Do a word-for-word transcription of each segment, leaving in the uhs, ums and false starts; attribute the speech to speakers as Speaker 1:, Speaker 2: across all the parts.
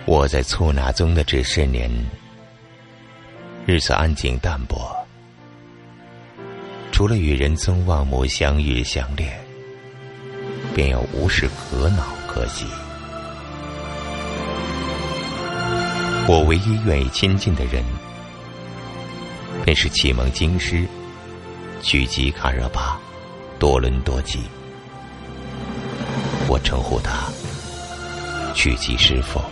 Speaker 1: 我在错那宗的这些年，日子安静淡泊，除了与人曾望母相遇相恋，便有无事可恼可喜。我唯一愿意亲近的人，便是启蒙经师曲吉卡热巴多伦多吉。我称呼他曲吉师傅。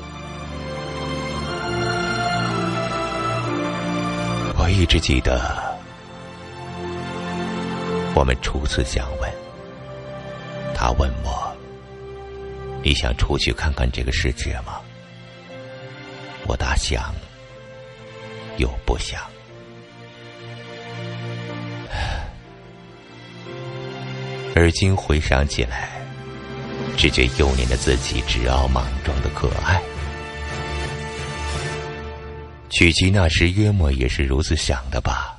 Speaker 1: 我一直记得我们初次相问，他问我，你想出去看看这个世界吗？我大想又不想。而今回想起来，只觉幼年的自己直傲莽撞的可爱。曲吉那时约莫也是如此想的吧。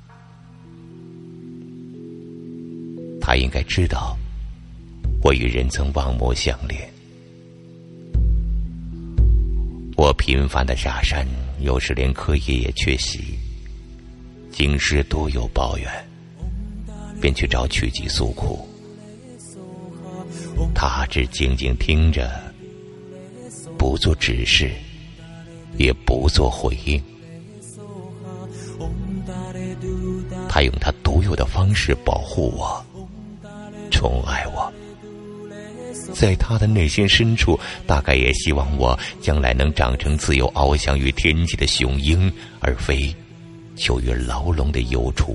Speaker 1: 他应该知道我与人曾望母相恋。我频繁的下山，有时连课业也缺席，经师多有抱怨，便去找曲吉诉苦。他只静静听着，不做指示，也不做回应。他用他独有的方式保护我，宠爱我。在他的内心深处，大概也希望我将来能长成自由翱翔于天际的雄鹰，而非囚于牢笼的幼雏。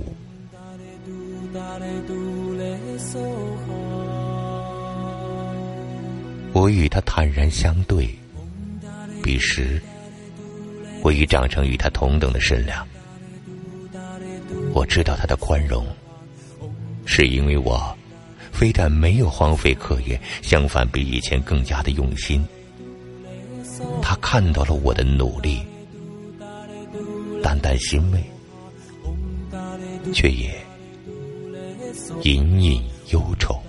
Speaker 1: 我与他坦然相对，彼时我已长成与他同等的身量。我知道他的宽容，是因为我非但没有荒废课业，相反比以前更加的用心。他看到了我的努力，淡淡欣慰，却也隐隐忧愁。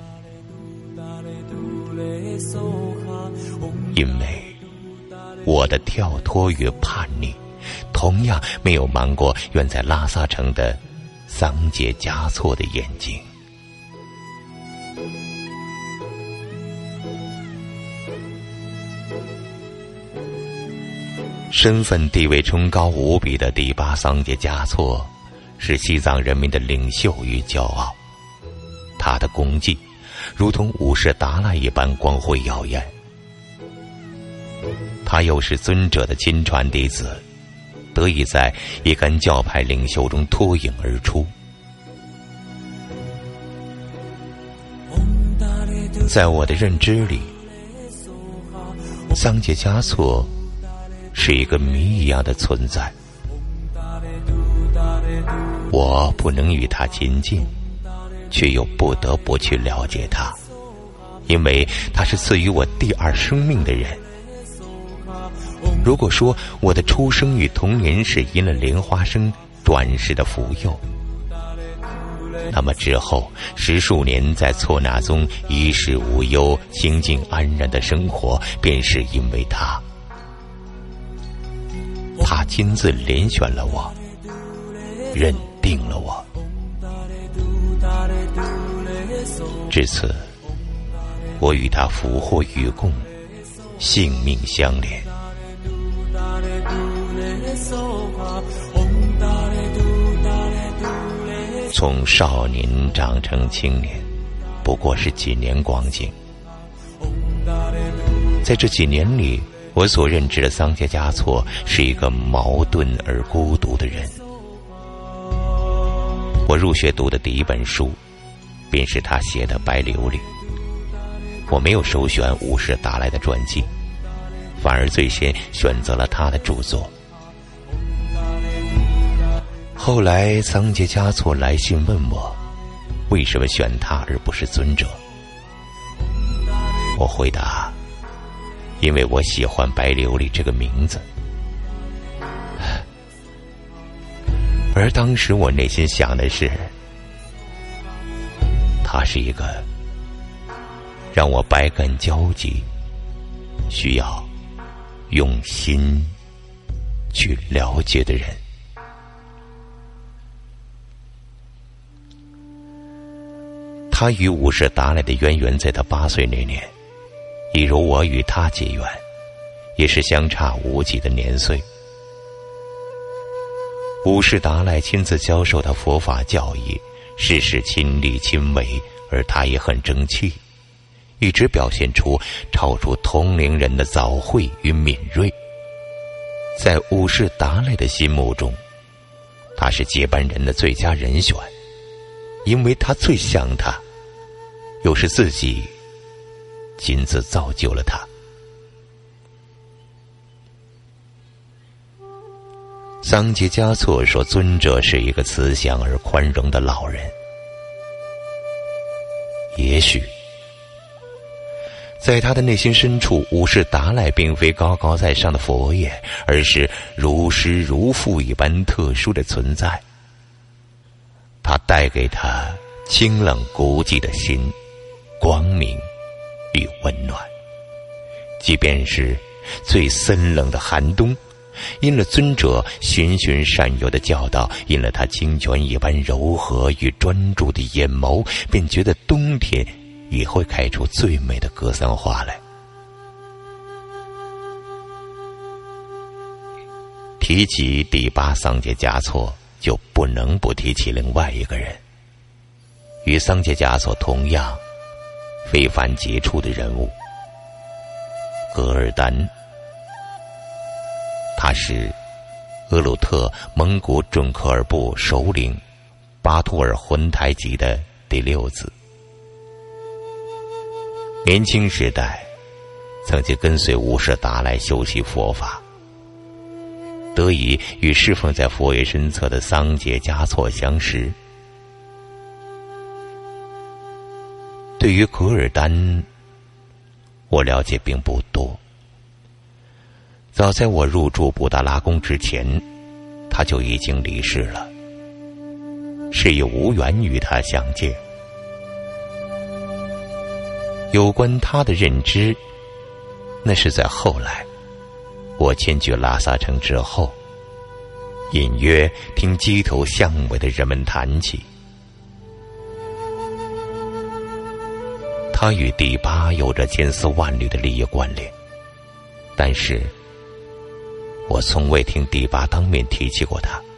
Speaker 1: 因为我的跳脱与叛逆，同样没有瞒过远在拉萨城的桑杰嘉措的眼睛。身份地位崇高无比的第八桑杰嘉措，是西藏人民的领袖与骄傲。他的功绩如同五世达赖一般光辉耀眼。他又是尊者的亲传弟子，得以在一干教派领袖中脱颖而出。在我的认知里，桑杰嘉措是一个谜一样的存在。我不能与他亲近，却又不得不去了解他，因为他是赐予我第二生命的人。如果说我的出生与童年是因了莲花生转世的福佑，那么之后十数年在错那宗衣食无忧、清静安然的生活，便是因为他。他亲自遴选了我，认定了我。至此，我与他福祸与共，性命相连。从少年长成青年，不过是几年光景。在这几年里，我所认知的桑杰嘉措是一个矛盾而孤独的人。我入学读的第一本书，便是他写的《白琉璃》。我没有首选五世达赖的传记，反而最先选择了他的著作。后来桑杰嘉措来信问我，为什么选他而不是尊者？我回答，因为我喜欢白琉璃这个名字。而当时我内心想的是，他是一个让我百感交集，需要用心去了解的人。他与五世达赖的渊源在他八岁那年，一如我与他结缘，也是相差无几的年岁。五世达赖亲自教授他佛法教义，事事亲力亲为，而他也很争气，一直表现出超出同龄人的早慧与敏锐。在五世达赖的心目中，他是接班人的最佳人选，因为他最像他，又是自己亲自造就了他。桑杰嘉措说，尊者是一个慈祥而宽容的老人。也许在他的内心深处，五世达赖并非高高在上的佛爷，而是如师如父一般特殊的存在。他带给他清冷孤寂的心，光明与温暖。即便是最森冷的寒冬，因了尊者循循善诱的教导，因了他清泉一般柔和与专注的眼眸，便觉得冬天也会开出最美的格桑花来。提起第八桑杰嘉措，就不能不提起另外一个人，与桑杰嘉措同样非凡杰出的人物——噶尔丹。他是鄂鲁特蒙古准科尔部首领巴图尔浑台吉的第六子。年轻时代曾经跟随五世达赖修习佛法，得以与侍奉在佛爷身侧的桑杰嘉措相识。对于噶尔丹，我了解并不多。早在我入住布达拉宫之前，他就已经离世了，是以无缘与他相见。有关他的认知，那是在后来我迁居拉萨城之后，隐约听街头巷尾的人们谈起。他与第八有着千丝万缕的利益关联，但是我从未听第八当面提起过他。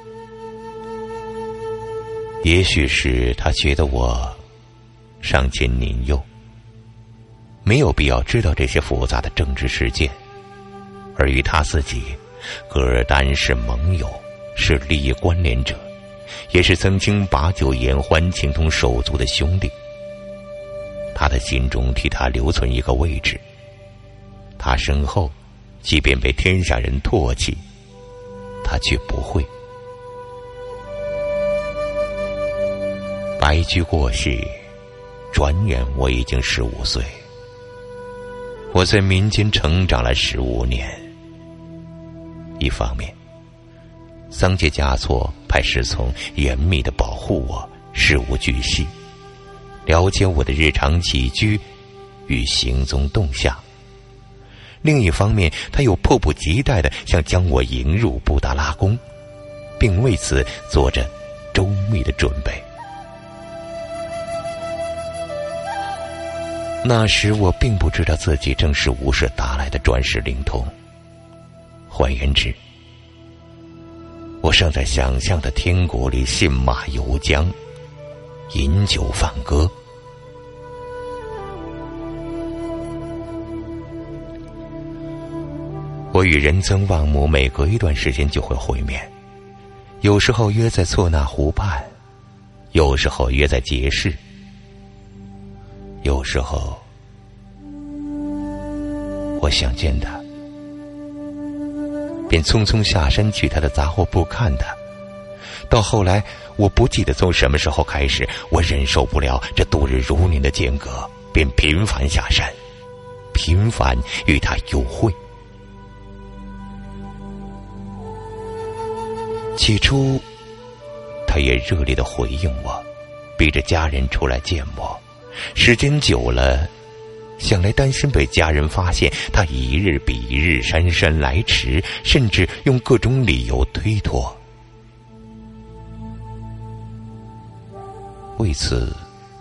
Speaker 1: 也许是他觉得我尚且年幼，没有必要知道这些复杂的政治事件，而与他自己，噶尔丹是盟友，是利益关联者，也是曾经把酒言欢、情同手足的兄弟。他的心中替他留存一个位置，他身后即便被天下人唾弃，他却不会。白驹过隙，转眼我已经十五岁。我在民间成长了十五年。一方面，桑杰嘉措派侍从严密地保护我，事无巨细，了解我的日常起居与行踪动向。另一方面，他又迫不及待地想将我迎入布达拉宫，并为此做着周密的准备。那时我并不知道自己正是五世达赖的专使灵通，换言之，我尚在想象的天国里信马由缰，饮酒放歌。我与仁增旺姆每隔一段时间就会会面，有时候约在措那湖畔，有时候约在节市，有时候我想见他，便匆匆下山去他的杂货铺看他。到后来，我不记得从什么时候开始，我忍受不了这度日如年的间隔，便频繁下山，频繁与他幽会。起初他也热烈地回应我，逼着家人出来见我，时间久了， 想来担心被家人发现，他一日比一日姗姗来迟，甚至用各种理由推脱。为此，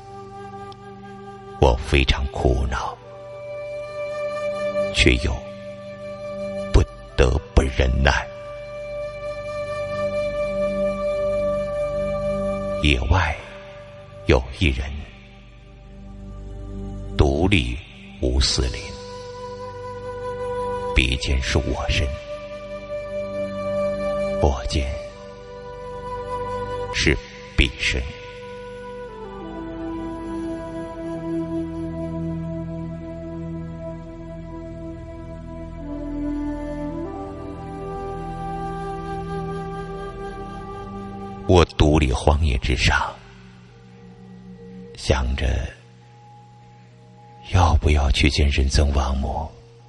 Speaker 1: 我非常苦恼，却又不得不忍耐。野外有一人，独立无四邻，比肩是我身，我见是彼身。我独立荒野之上，想着要不要去见仁增王母。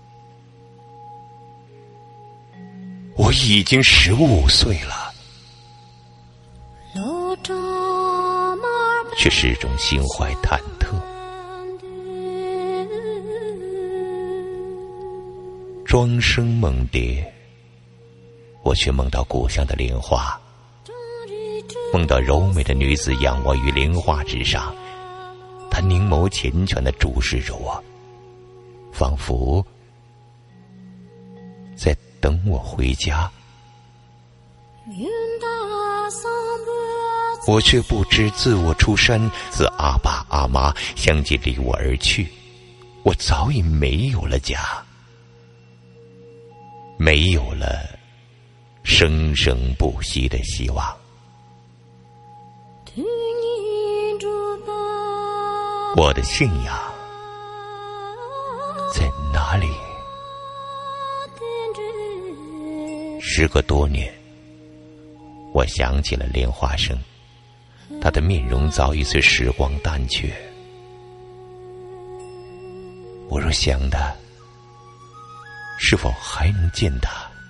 Speaker 1: 我已经十五岁了，却始终心怀忐忑。庄生梦蝶，我却梦到故乡的莲花，梦到柔美的女子仰卧于莲花之上，她凝眸缱绻地注视着我，仿佛在等我回家。我却不知自我出山，自阿爸阿妈相继离我而去，我早已没有了家，没有了生生不息的希望。我的信仰在哪里？时隔多年，我想起了莲花生，她的面容早已随时光淡却。我若想她，是否还能见她？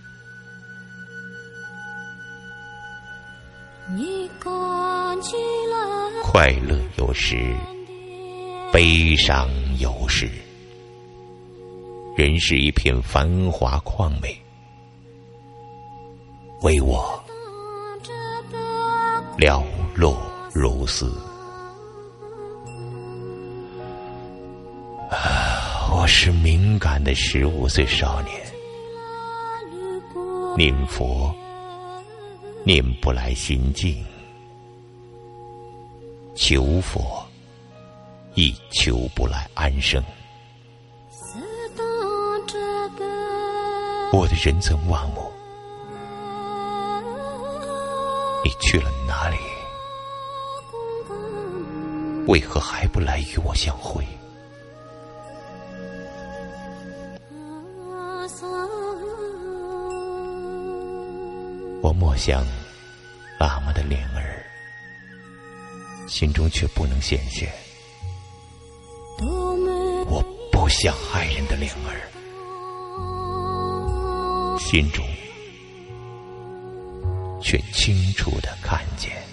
Speaker 1: 快乐有时，悲伤有时，人是一片繁华旷美，唯我寥落如丝。啊，我是敏感的十五岁少年，念佛念不来心静，求佛亦求不来安生。我的仁增王母，你去了哪里？为何还不来与我相会？我默想喇嘛的莲儿，心中却不能显现。我不想爱人的莲儿，心中却清楚地看见。